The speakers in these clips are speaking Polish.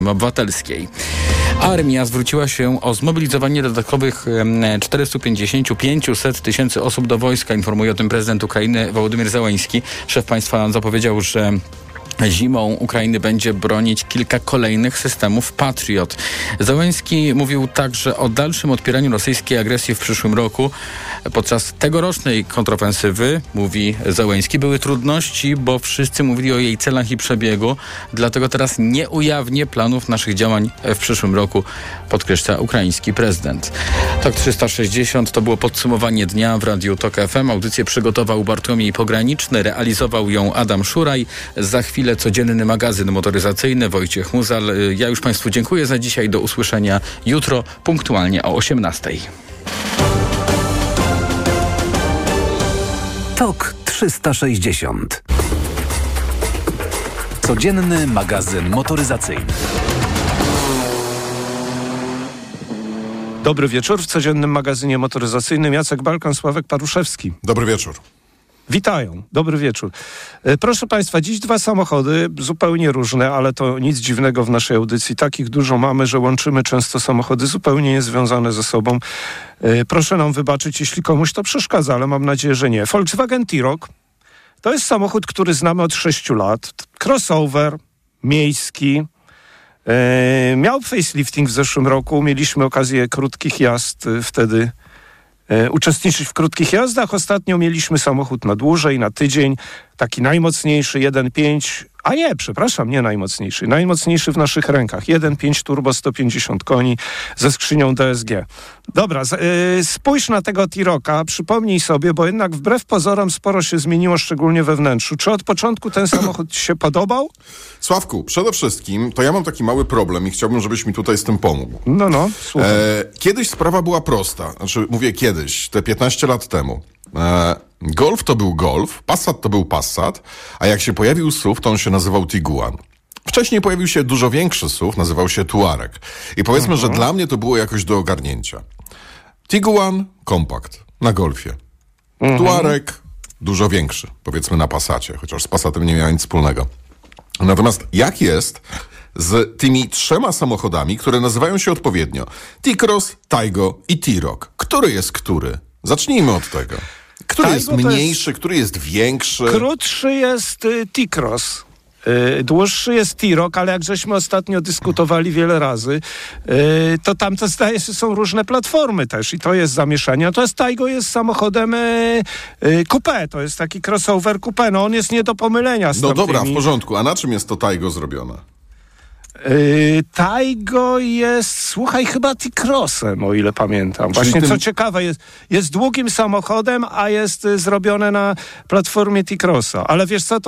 Obywatelskiej. Armia zwróciła się o zmobilizowanie dodatkowych 450-500 tysięcy osób do wojska, informuje o tym prezydent Ukrainy Wołodymyr Zełenski. Szef państwa zapowiedział, że zimą Ukrainy będzie bronić kilka kolejnych systemów Patriot. Zełenski mówił także o dalszym odpieraniu rosyjskiej agresji w przyszłym roku. Podczas tegorocznej kontrofensywy, mówi Zełenski, były trudności, bo wszyscy mówili o jej celach i przebiegu. Dlatego teraz nie ujawnię planów naszych działań w przyszłym roku, podkreśla ukraiński prezydent. TOK 360 to było podsumowanie dnia w Radiu TOK FM. Audycję przygotował Bartłomiej Pograniczny, realizował ją Adam Szuraj. Za chwilę codzienny magazyn motoryzacyjny, Wojciech Muzal. Ja już Państwu dziękuję za dzisiaj. Do usłyszenia jutro punktualnie o 18:00. TOK 360. Codzienny magazyn motoryzacyjny. Dobry wieczór w codziennym magazynie motoryzacyjnym. Jacek Balkan, Sławek Paruszewski. Dobry wieczór. Witają. Dobry wieczór. Proszę Państwa, dziś dwa samochody, zupełnie różne, ale to nic dziwnego w naszej audycji. Takich dużo mamy, że łączymy często samochody zupełnie niezwiązane ze sobą. Proszę nam wybaczyć, jeśli komuś to przeszkadza, ale mam nadzieję, że nie. Volkswagen T-Roc to jest samochód, który znamy od 6 lat. Crossover, miejski. Miał facelifting w zeszłym roku. Mieliśmy okazję krótkich jazd wtedy uczestniczyć w krótkich jazdach. Ostatnio mieliśmy samochód na dłużej, na tydzień. Taki najmocniejszy 1.5, a nie, przepraszam, nie najmocniejszy. Najmocniejszy w naszych rękach. 1.5 turbo, 150 koni ze skrzynią DSG. Dobra, spójrz na tego T-Roca, przypomnij sobie, bo jednak wbrew pozorom sporo się zmieniło, szczególnie we wnętrzu. Czy od początku ten samochód ci się podobał? Sławku, przede wszystkim to ja mam taki mały problem i chciałbym, żebyś mi tutaj z tym pomógł. No, słucham. Kiedyś sprawa była prosta. Znaczy, mówię kiedyś, te 15 lat temu. Golf to był Golf, Passat to był Passat, a jak się pojawił SUV, to on się nazywał Tiguan. Wcześniej pojawił się dużo większy SUV, nazywał się Touareg. I powiedzmy, że dla mnie to było jakoś do ogarnięcia. Tiguan, kompakt, na Golfie. Touareg, dużo większy, powiedzmy na Passacie, chociaż z Passatem nie miał nic wspólnego. Natomiast jak jest z tymi trzema samochodami, które nazywają się odpowiednio T-Cross, Taigo i T-Roc? Który jest który? Zacznijmy od tego. Który jest mniejszy, który jest większy? Krótszy jest T-Cross. Dłuższy jest T-Roc, ale jak żeśmy ostatnio dyskutowali wiele razy, to tam to zdaje się są różne platformy też i to jest zamieszanie. Natomiast Taigo jest samochodem coupé, to jest taki crossover coupé. No on jest nie do pomylenia z No tamtymi. dobra, w porządku. A na czym jest to Taigo zrobione? Taigo jest, słuchaj, chyba T-Crossem, o ile pamiętam. Czyli Właśnie co ciekawe, jest długim samochodem, a jest zrobione na platformie T-Crossa. Ale wiesz co,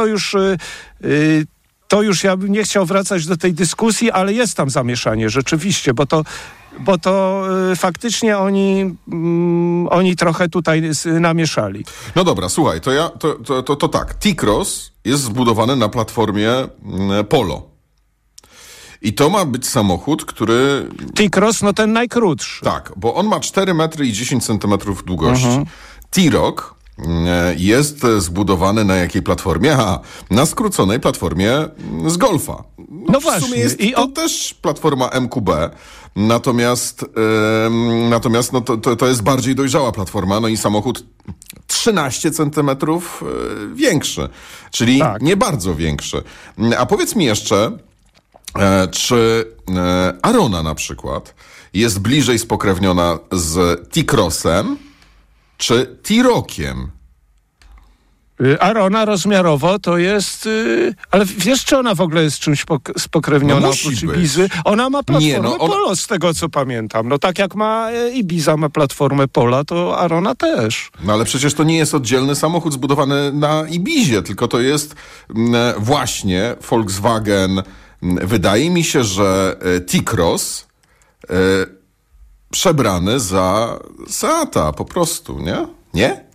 to już ja bym nie chciał wracać do tej dyskusji, ale jest tam zamieszanie rzeczywiście, bo to faktycznie oni trochę tutaj namieszali. No dobra, słuchaj, to tak. T-Cross jest zbudowany na platformie Polo. I to ma być samochód, który... T-Cross, no ten najkrótszy. Tak, bo on ma 4 metry i 10 centymetrów długości. T-Roc jest zbudowany na jakiej platformie? Na skróconej platformie z Golfa. No w właśnie. sumie jest to też platforma MQB, natomiast no to jest bardziej dojrzała platforma, no i samochód 13 centymetrów większy, czyli nie bardzo większy. A powiedz mi jeszcze, czy Arona na przykład jest bliżej spokrewniona z T-Crossem czy T-Rociem? Arona rozmiarowo to jest... ale wiesz, czy ona w ogóle jest czymś spokrewniona oprócz Ibizy? Ona ma platformę Polo, z tego co pamiętam. No tak jak ma Ibiza ma platformę Pola, to Arona też. No ale przecież to nie jest oddzielny samochód zbudowany na Ibizie, tylko to jest właśnie Volkswagen. Wydaje mi się, że T-Cross przebrany za Seata po prostu, nie? Nie? Nie?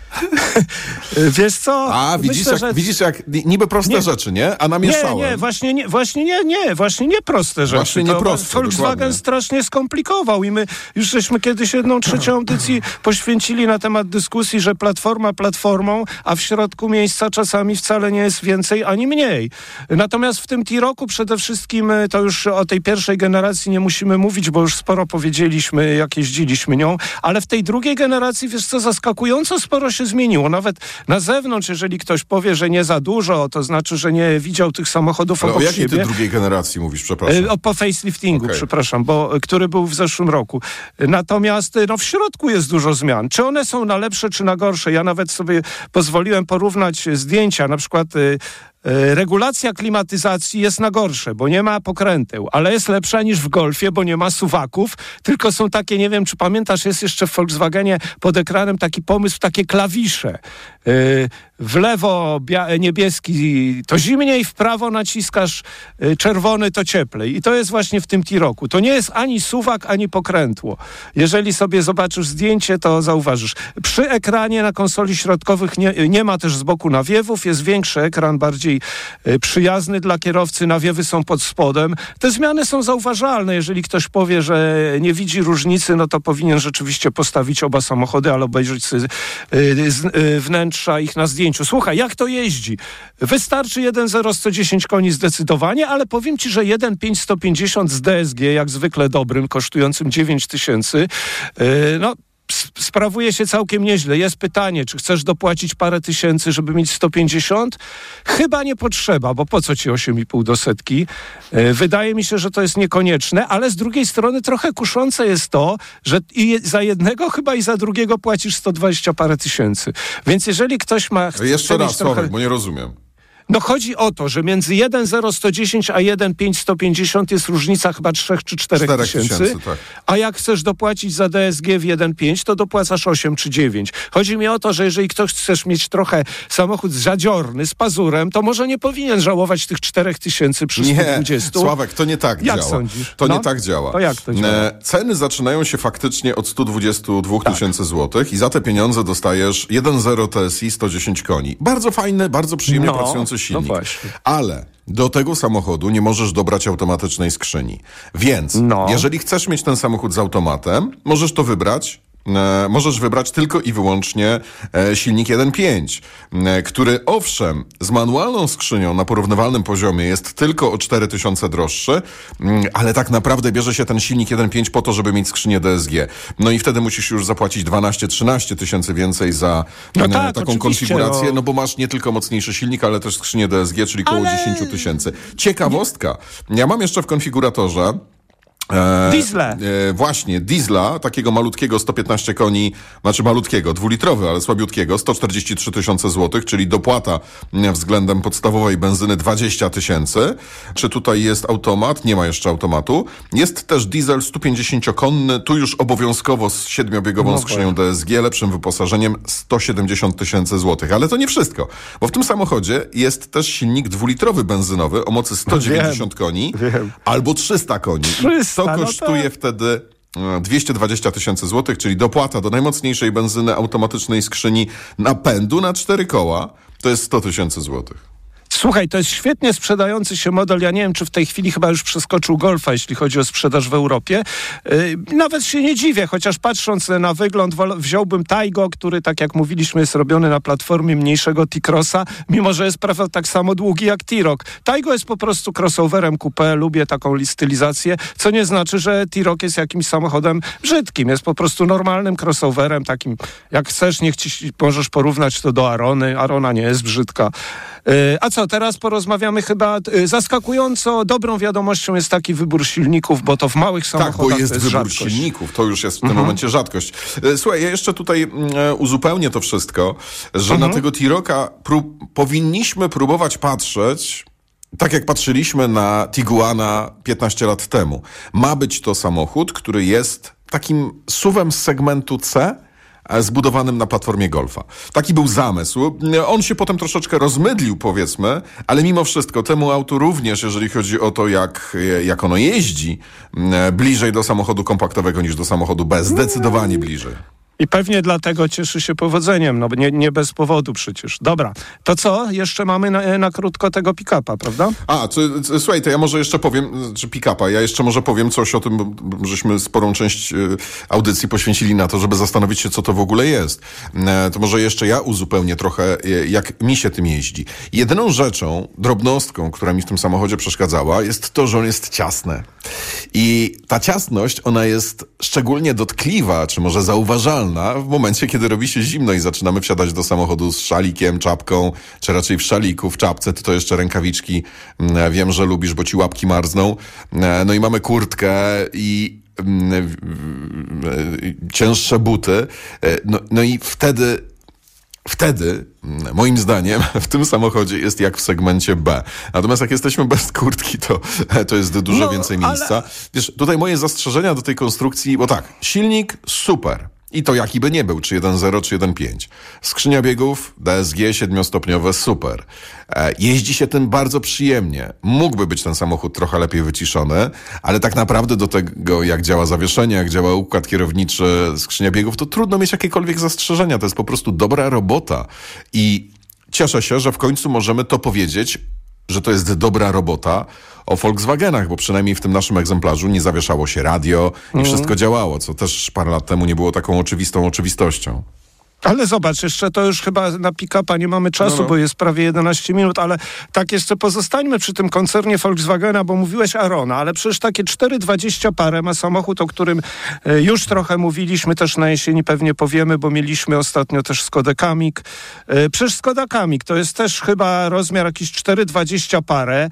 Wiesz co? A, widzisz jak niby proste rzeczy, nie? A namieszałem. Właśnie nie proste rzeczy. Właśnie nie proste, Volkswagen dokładnie. strasznie skomplikował i my już żeśmy kiedyś 1/3 audycji poświęcili na temat dyskusji, że platforma platformą, a w środku miejsca czasami wcale nie jest więcej ani mniej. Natomiast w tym T-Rocku przede wszystkim to już o tej pierwszej generacji nie musimy mówić, bo już sporo powiedzieliśmy, jak jeździliśmy nią, ale w tej drugiej generacji, wiesz co, zaskakująco sporo się zmieniło. Nawet na zewnątrz, jeżeli ktoś powie, że nie za dużo, to znaczy, że nie widział tych samochodów Ale obok o jakiej siebie. ty drugiej generacji mówisz, przepraszam? Po faceliftingu, przepraszam, który był w zeszłym roku. Natomiast w środku jest dużo zmian. Czy one są na lepsze, czy na gorsze? Ja nawet sobie pozwoliłem porównać zdjęcia, na przykład regulacja klimatyzacji jest na gorsze, bo nie ma pokręteł, ale jest lepsza niż w Golfie, bo nie ma suwaków, tylko są takie, nie wiem, czy pamiętasz, jest jeszcze w Volkswagenie pod ekranem taki pomysł, takie klawisze. W lewo niebieski to zimniej, w prawo naciskasz czerwony, to cieplej. I to jest właśnie w tym T-Rocku. To nie jest ani suwak, ani pokrętło. Jeżeli sobie zobaczysz zdjęcie, to zauważysz. Przy ekranie na konsoli środkowych nie ma też z boku nawiewów, jest większy ekran, bardziej przyjazny dla kierowcy, nawiewy są pod spodem. Te zmiany są zauważalne. Jeżeli ktoś powie, że nie widzi różnicy, no to powinien rzeczywiście postawić oba samochody, ale obejrzeć wnętrza ich na zdjęciu. Słuchaj, jak to jeździ? Wystarczy 1.0 110 koni zdecydowanie, ale powiem ci, że 1.5 150 z DSG, jak zwykle dobrym, kosztującym 9000, sprawuje się całkiem nieźle. Jest pytanie, czy chcesz dopłacić parę tysięcy, żeby mieć 150? Chyba nie potrzeba, bo po co ci 8,5 do setki? Wydaje mi się, że to jest niekonieczne, ale z drugiej strony trochę kuszące jest to, że i za jednego chyba i za drugiego płacisz 120 parę tysięcy. Więc jeżeli ktoś ma... Jeszcze raz, Sławek, bo nie rozumiem. No chodzi o to, że między 1.0 110 a 1.5 150 jest różnica chyba 3 czy 4 tysięcy, tak. A jak chcesz dopłacić za DSG w 1.5, to dopłacasz 8 czy 9. Chodzi mi o to, że jeżeli ktoś chcesz mieć trochę samochód zadziorny, z pazurem, to może nie powinien żałować tych 4 tysięcy przy 120. Nie, Sławek, to nie tak jak działa. Sądzisz? To nie tak działa. To jak to działa? Ceny zaczynają się faktycznie od 122 tysięcy złotych i za te pieniądze dostajesz 1.0 TSI 110 koni. Bardzo fajny, bardzo przyjemnie pracujący silnik. Ale do tego samochodu nie możesz dobrać automatycznej skrzyni. Więc jeżeli chcesz mieć ten samochód z automatem, możesz to wybrać. Możesz wybrać tylko i wyłącznie silnik 1.5, który owszem z manualną skrzynią na porównywalnym poziomie jest tylko o 4000 droższy, ale tak naprawdę bierze się ten silnik 1.5 po to, żeby mieć skrzynię DSG. No i wtedy musisz już zapłacić 12-13 tysięcy więcej za taką konfigurację, no bo masz nie tylko mocniejszy silnik, ale też skrzynię DSG, czyli koło 10 tysięcy. Ciekawostka. Ja mam jeszcze w konfiguratorze Diesle. Właśnie, diesla, takiego malutkiego, 115 koni, znaczy malutkiego, 2-litrowy, ale słabiutkiego, 143 tysiące złotych, czyli dopłata względem podstawowej benzyny 20 tysięcy. Czy tutaj jest automat? Nie ma jeszcze automatu. Jest też diesel 150-konny, tu już obowiązkowo z 7-biegową skrzynią DSG, lepszym wyposażeniem 170 tysięcy złotych. Ale to nie wszystko, bo w tym samochodzie jest też silnik 2-litrowy benzynowy o mocy 190 koni albo 300 koni. To kosztuje wtedy 220 tysięcy złotych, czyli dopłata do najmocniejszej benzyny automatycznej skrzyni napędu na 4 koła, to jest 100 tysięcy złotych. Słuchaj, to jest świetnie sprzedający się model. Ja nie wiem, czy w tej chwili chyba już przeskoczył Golfa, jeśli chodzi o sprzedaż w Europie. Nawet się nie dziwię, chociaż patrząc na wygląd, wziąłbym Taygo, który, tak jak mówiliśmy, jest robiony na platformie mniejszego T-Crossa, mimo że jest prawie tak samo długi jak T-Roc. Taygo jest po prostu crossoverem coupé, lubię taką stylizację, co nie znaczy, że T-Roc jest jakimś samochodem brzydkim. Jest po prostu normalnym crossoverem, takim, jak chcesz, niech ci możesz porównać to do Arony. Arona nie jest brzydka. A co, teraz porozmawiamy chyba... Zaskakująco dobrą wiadomością jest taki wybór silników, bo to w małych samochodach tak, bo jest wybór rzadkość. silników. To już jest w tym momencie rzadkość. Słuchaj, ja jeszcze tutaj uzupełnię to wszystko, że na tego T-Rocka powinniśmy próbować patrzeć tak jak patrzyliśmy na Tiguana 15 lat temu. Ma być to samochód, który jest takim SUV-em z segmentu C, zbudowanym na platformie Golfa. Taki był zamysł. On się potem troszeczkę rozmydlił, powiedzmy, ale mimo wszystko temu autu również, jeżeli chodzi o to, jak ono jeździ, bliżej do samochodu kompaktowego niż do samochodu B. Zdecydowanie bliżej. I pewnie dlatego cieszy się powodzeniem, no bo nie bez powodu przecież. Dobra, to co? Jeszcze mamy na krótko tego pick-upa, prawda? Słuchaj, to ja może jeszcze powiem, czy pick-upa, ja jeszcze może powiem coś o tym, bo żeśmy sporą część audycji poświęcili na to, żeby zastanowić się, co to w ogóle jest. To może jeszcze ja uzupełnię trochę, jak mi się tym jeździ. Jedyną rzeczą, drobnostką, która mi w tym samochodzie przeszkadzała, jest to, że on jest ciasny. I ta ciasność, ona jest szczególnie dotkliwa, czy może zauważalna w momencie, kiedy robi się zimno i zaczynamy wsiadać do samochodu z szalikiem, czapką, czy raczej w szaliku, w czapce, to jeszcze rękawiczki. Wiem, że lubisz, bo ci łapki marzną. No i mamy kurtkę i cięższe buty. No i wtedy, moim zdaniem, w tym samochodzie jest jak w segmencie B. Natomiast jak jesteśmy bez kurtki, to jest dużo więcej miejsca. Wiesz, tutaj moje zastrzeżenia do tej konstrukcji, bo tak, silnik super. I to jaki by nie był, czy 1.0, czy 1.5. Skrzynia biegów, DSG 7-stopniowe, super. Jeździ się tym bardzo przyjemnie. Mógłby być ten samochód trochę lepiej wyciszony, ale tak naprawdę do tego, jak działa zawieszenie, jak działa układ kierowniczy, skrzynia biegów, to trudno mieć jakiekolwiek zastrzeżenia. To jest po prostu dobra robota. I cieszę się, że w końcu możemy to powiedzieć, że to jest dobra robota o Volkswagenach, bo przynajmniej w tym naszym egzemplarzu nie zawieszało się radio i wszystko działało, co też parę lat temu nie było taką oczywistą oczywistością. Ale zobacz, jeszcze to już chyba na pick-upa nie mamy czasu, bo jest prawie 11 minut, ale tak jeszcze pozostańmy przy tym koncernie Volkswagena, bo mówiłeś Arona, ale przecież takie 4,20 parę ma samochód, o którym już trochę mówiliśmy, też na jesieni pewnie powiemy, bo mieliśmy ostatnio też Skodę Kamiq. Przecież Skoda Kamiq to jest też chyba rozmiar jakiś 4,20 parę,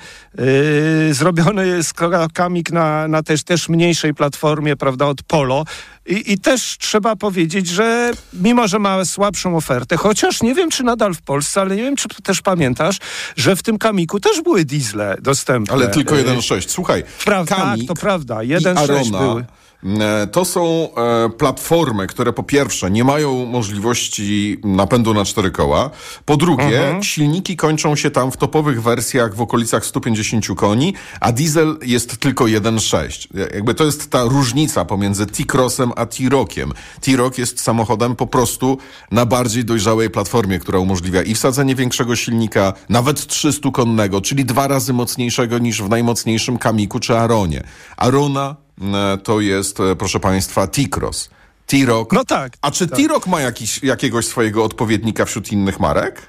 zrobiony Skoda Kamiq na też mniejszej platformie, prawda, od Polo. I też trzeba powiedzieć, że mimo, że ma słabszą ofertę, chociaż nie wiem, czy nadal w Polsce, ale nie wiem, czy też pamiętasz, że w tym Kamiqu też były diesle dostępne. Ale tylko 1.6. Słuchaj, Kamiq tak, to prawda. 1.6 były. To są platformy, które po pierwsze nie mają możliwości napędu na 4 koła, po drugie silniki kończą się tam w topowych wersjach w okolicach 150 koni, a diesel jest tylko 1.6. Jakby to jest ta różnica pomiędzy T-Crossem a T-Rockiem. T-Rock jest samochodem po prostu na bardziej dojrzałej platformie, która umożliwia i wsadzenie większego silnika, nawet 300-konnego, czyli 2 razy mocniejszego niż w najmocniejszym Kamiqu czy Aronie. Arona to jest, proszę państwa, T-Cross. T-Rock. No tak. A czy tak. T-Rock ma jakiegoś swojego odpowiednika wśród innych marek?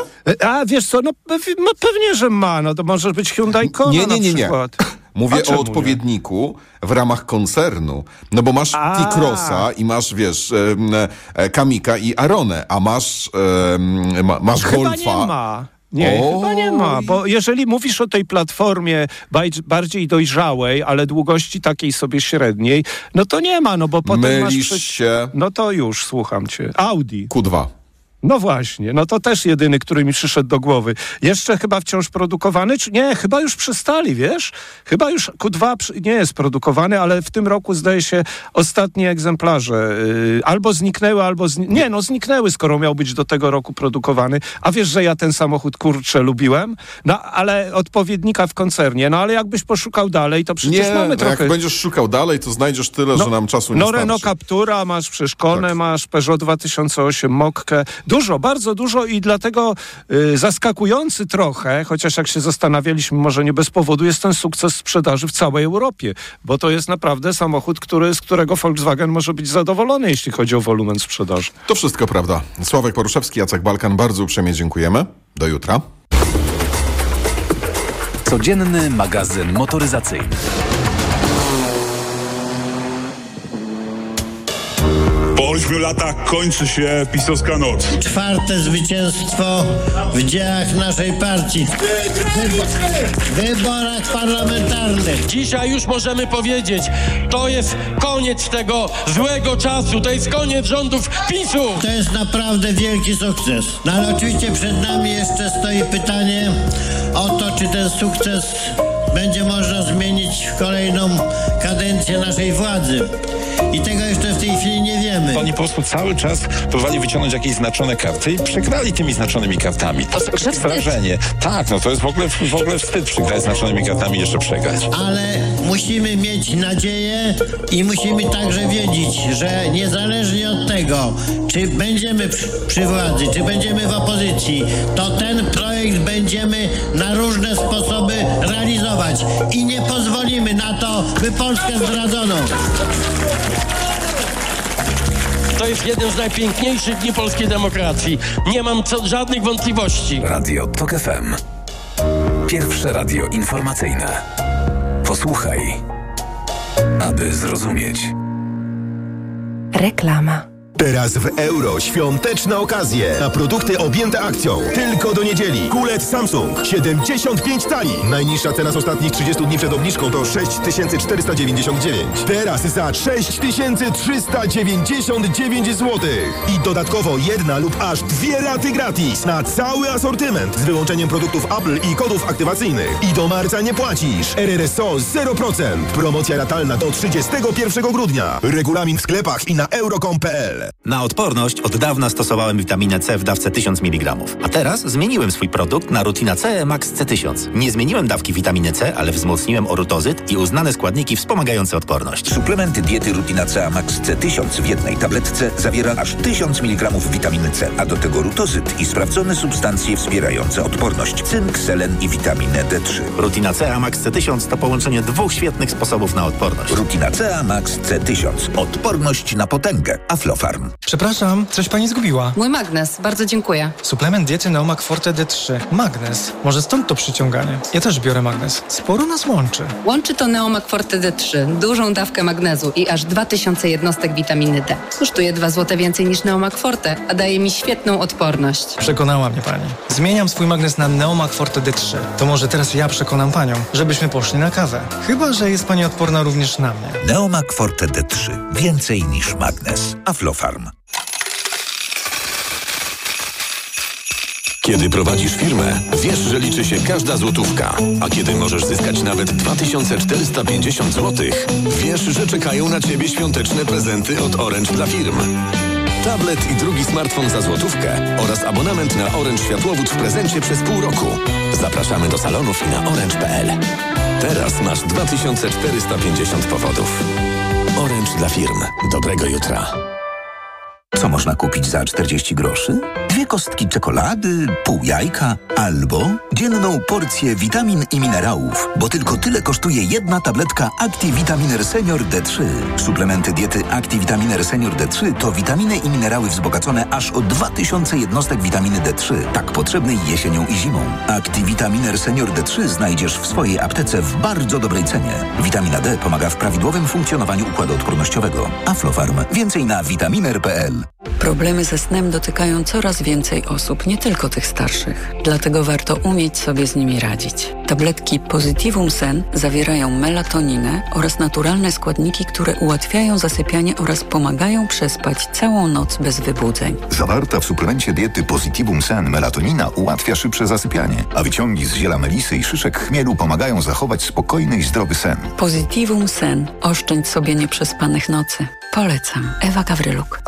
A wiesz co, no pewnie, że ma. No to może być Hyundai Kona na przykład. Mówię o odpowiedniku w ramach koncernu. No bo masz T-Crossa i masz, wiesz, Kamiqa i Aronę, a masz Chyba Golfa. Nie ma. Nie, chyba nie ma, bo jeżeli mówisz o tej platformie bardziej dojrzałej, ale długości takiej sobie średniej, no to nie ma, no bo potem Mylisz się. No to już, słucham cię. Audi. Q2. No właśnie, no to też jedyny, który mi przyszedł do głowy. Jeszcze chyba wciąż produkowany, czy nie? Chyba już przestali, wiesz? Chyba już Q2 nie jest produkowany, ale w tym roku zdaje się ostatnie egzemplarze albo zniknęły, zniknęły, skoro miał być do tego roku produkowany. A wiesz, że ja ten samochód, kurczę, lubiłem? No, ale odpowiednika w koncernie. No, ale jakbyś poszukał dalej, to przecież mamy trochę... jak będziesz szukał dalej, to znajdziesz tyle, że nam czasu nie starczy. No, Renault Captura masz, przecież Konę masz, Peugeot 2008, Mokkę. Dużo, bardzo dużo i dlatego zaskakujący trochę, chociaż jak się zastanawialiśmy, może nie bez powodu, jest ten sukces sprzedaży w całej Europie, bo to jest naprawdę samochód, z którego Volkswagen może być zadowolony, jeśli chodzi o wolumen sprzedaży. To wszystko prawda. Sławek Poruszewski, Jacek Balkan, bardzo uprzejmie dziękujemy. Do jutra. Codzienny magazyn motoryzacyjny. Po 8 latach kończy się pisowska noc. 4. zwycięstwo w dziejach naszej partii. W wyborach parlamentarnych. Dzisiaj już możemy powiedzieć, to jest koniec tego złego czasu, to jest koniec rządów PiS-u. To jest naprawdę wielki sukces. No ale oczywiście przed nami jeszcze stoi pytanie o to, czy ten sukces będzie można zmienić w kolejną kadencję naszej władzy. i tego jeszcze w tej chwili nie wiemy. Pani poseł cały czas próbowali wyciągnąć jakieś znaczone karty i przegrali tymi znaczonymi kartami. To jest wrażenie. Tak, no to jest w ogóle wstyd przegrać znaczonymi kartami i jeszcze przegrać. Ale musimy mieć nadzieję i musimy także wiedzieć, że niezależnie od tego, czy będziemy przy władzy, czy będziemy w opozycji, to ten projekt będziemy na różne sposoby realizować i nie pozwolimy na to, by Polskę zdradzono. To jest jeden z najpiękniejszych dni polskiej demokracji. Nie mam żadnych wątpliwości. Radio TOK FM. Pierwsze radio informacyjne. Posłuchaj, aby zrozumieć. Reklama. Teraz w Euro świąteczne okazje na produkty objęte akcją. Tylko do niedzieli. Kulec Samsung 75 cali. Najniższa cena z ostatnich 30 dni przed obniżką to 6499. Teraz za 6399 zł. I dodatkowo jedna lub aż 2 raty gratis na cały asortyment z wyłączeniem produktów Apple i kodów aktywacyjnych. I do marca nie płacisz. RRSO 0%. Promocja ratalna do 31 grudnia. Regulamin w sklepach i na euro.com.pl. Na odporność od dawna stosowałem witaminę C w dawce 1000 mg. A teraz zmieniłem swój produkt na Rutina C Max C1000. Nie zmieniłem dawki witaminy C, ale wzmocniłem orutozyt i uznane składniki wspomagające odporność. Suplementy diety Rutina C Max C1000 w jednej tabletce zawiera aż 1000 mg witaminy C, a do tego rutozyt i sprawdzone substancje wspierające odporność. Cynk, selen i witaminę D3. Rutina C Max C1000 to połączenie 2 świetnych sposobów na odporność. Rutina C Max C1000. Odporność na potęgę. Aflofarm. Przepraszam, coś pani zgubiła. Mój magnes, bardzo dziękuję. Suplement diety Neomak Forte D3. Magnes. Może stąd to przyciąganie. Ja też biorę magnes. Sporo nas łączy. Łączy to Neomak Forte D3. Dużą dawkę magnezu i aż 2000 jednostek witaminy D. Kosztuje 2 zł więcej niż Neomak Forte, a daje mi świetną odporność. Przekonała mnie pani. Zmieniam swój magnes na Neomak Forte D3. To może teraz ja przekonam panią, żebyśmy poszli na kawę. Chyba że jest pani odporna również na mnie. Neomak Forte D3. Więcej niż magnes. Aflofarm. Kiedy prowadzisz firmę, wiesz, że liczy się każda złotówka. A kiedy możesz zyskać nawet 2450 zł, wiesz, że czekają na Ciebie świąteczne prezenty od Orange dla firm. Tablet i drugi smartfon za złotówkę oraz abonament na Orange Światłowód w prezencie przez pół roku. Zapraszamy do salonów i na orange.pl. Teraz masz 2450 powodów. Orange dla firm. Dobrego jutra. Co można kupić za 40 groszy? 2 kostki czekolady, pół jajka albo dzienną porcję witamin i minerałów, bo tylko tyle kosztuje jedna tabletka ActiVitaminer Senior D3. Suplementy diety ActiVitaminer Senior D3 to witaminy i minerały wzbogacone aż o 2000 jednostek witaminy D3, tak potrzebnej jesienią i zimą. ActiVitaminer Senior D3 znajdziesz w swojej aptece w bardzo dobrej cenie. Witamina D pomaga w prawidłowym funkcjonowaniu układu odpornościowego. Aflofarm. Więcej na vitaminer.pl. Problemy ze snem dotykają coraz więcej osób, nie tylko tych starszych. Dlatego warto umieć sobie z nimi radzić. Tabletki Positivum Sen zawierają melatoninę oraz naturalne składniki, które ułatwiają zasypianie oraz pomagają przespać całą noc bez wybudzeń. Zawarta w suplemencie diety Positivum Sen melatonina ułatwia szybsze zasypianie, a wyciągi z ziela melisy i szyszek chmielu pomagają zachować spokojny i zdrowy sen. Positivum Sen. Oszczędź sobie nieprzespanych nocy. Polecam. Ewa Gawryluk.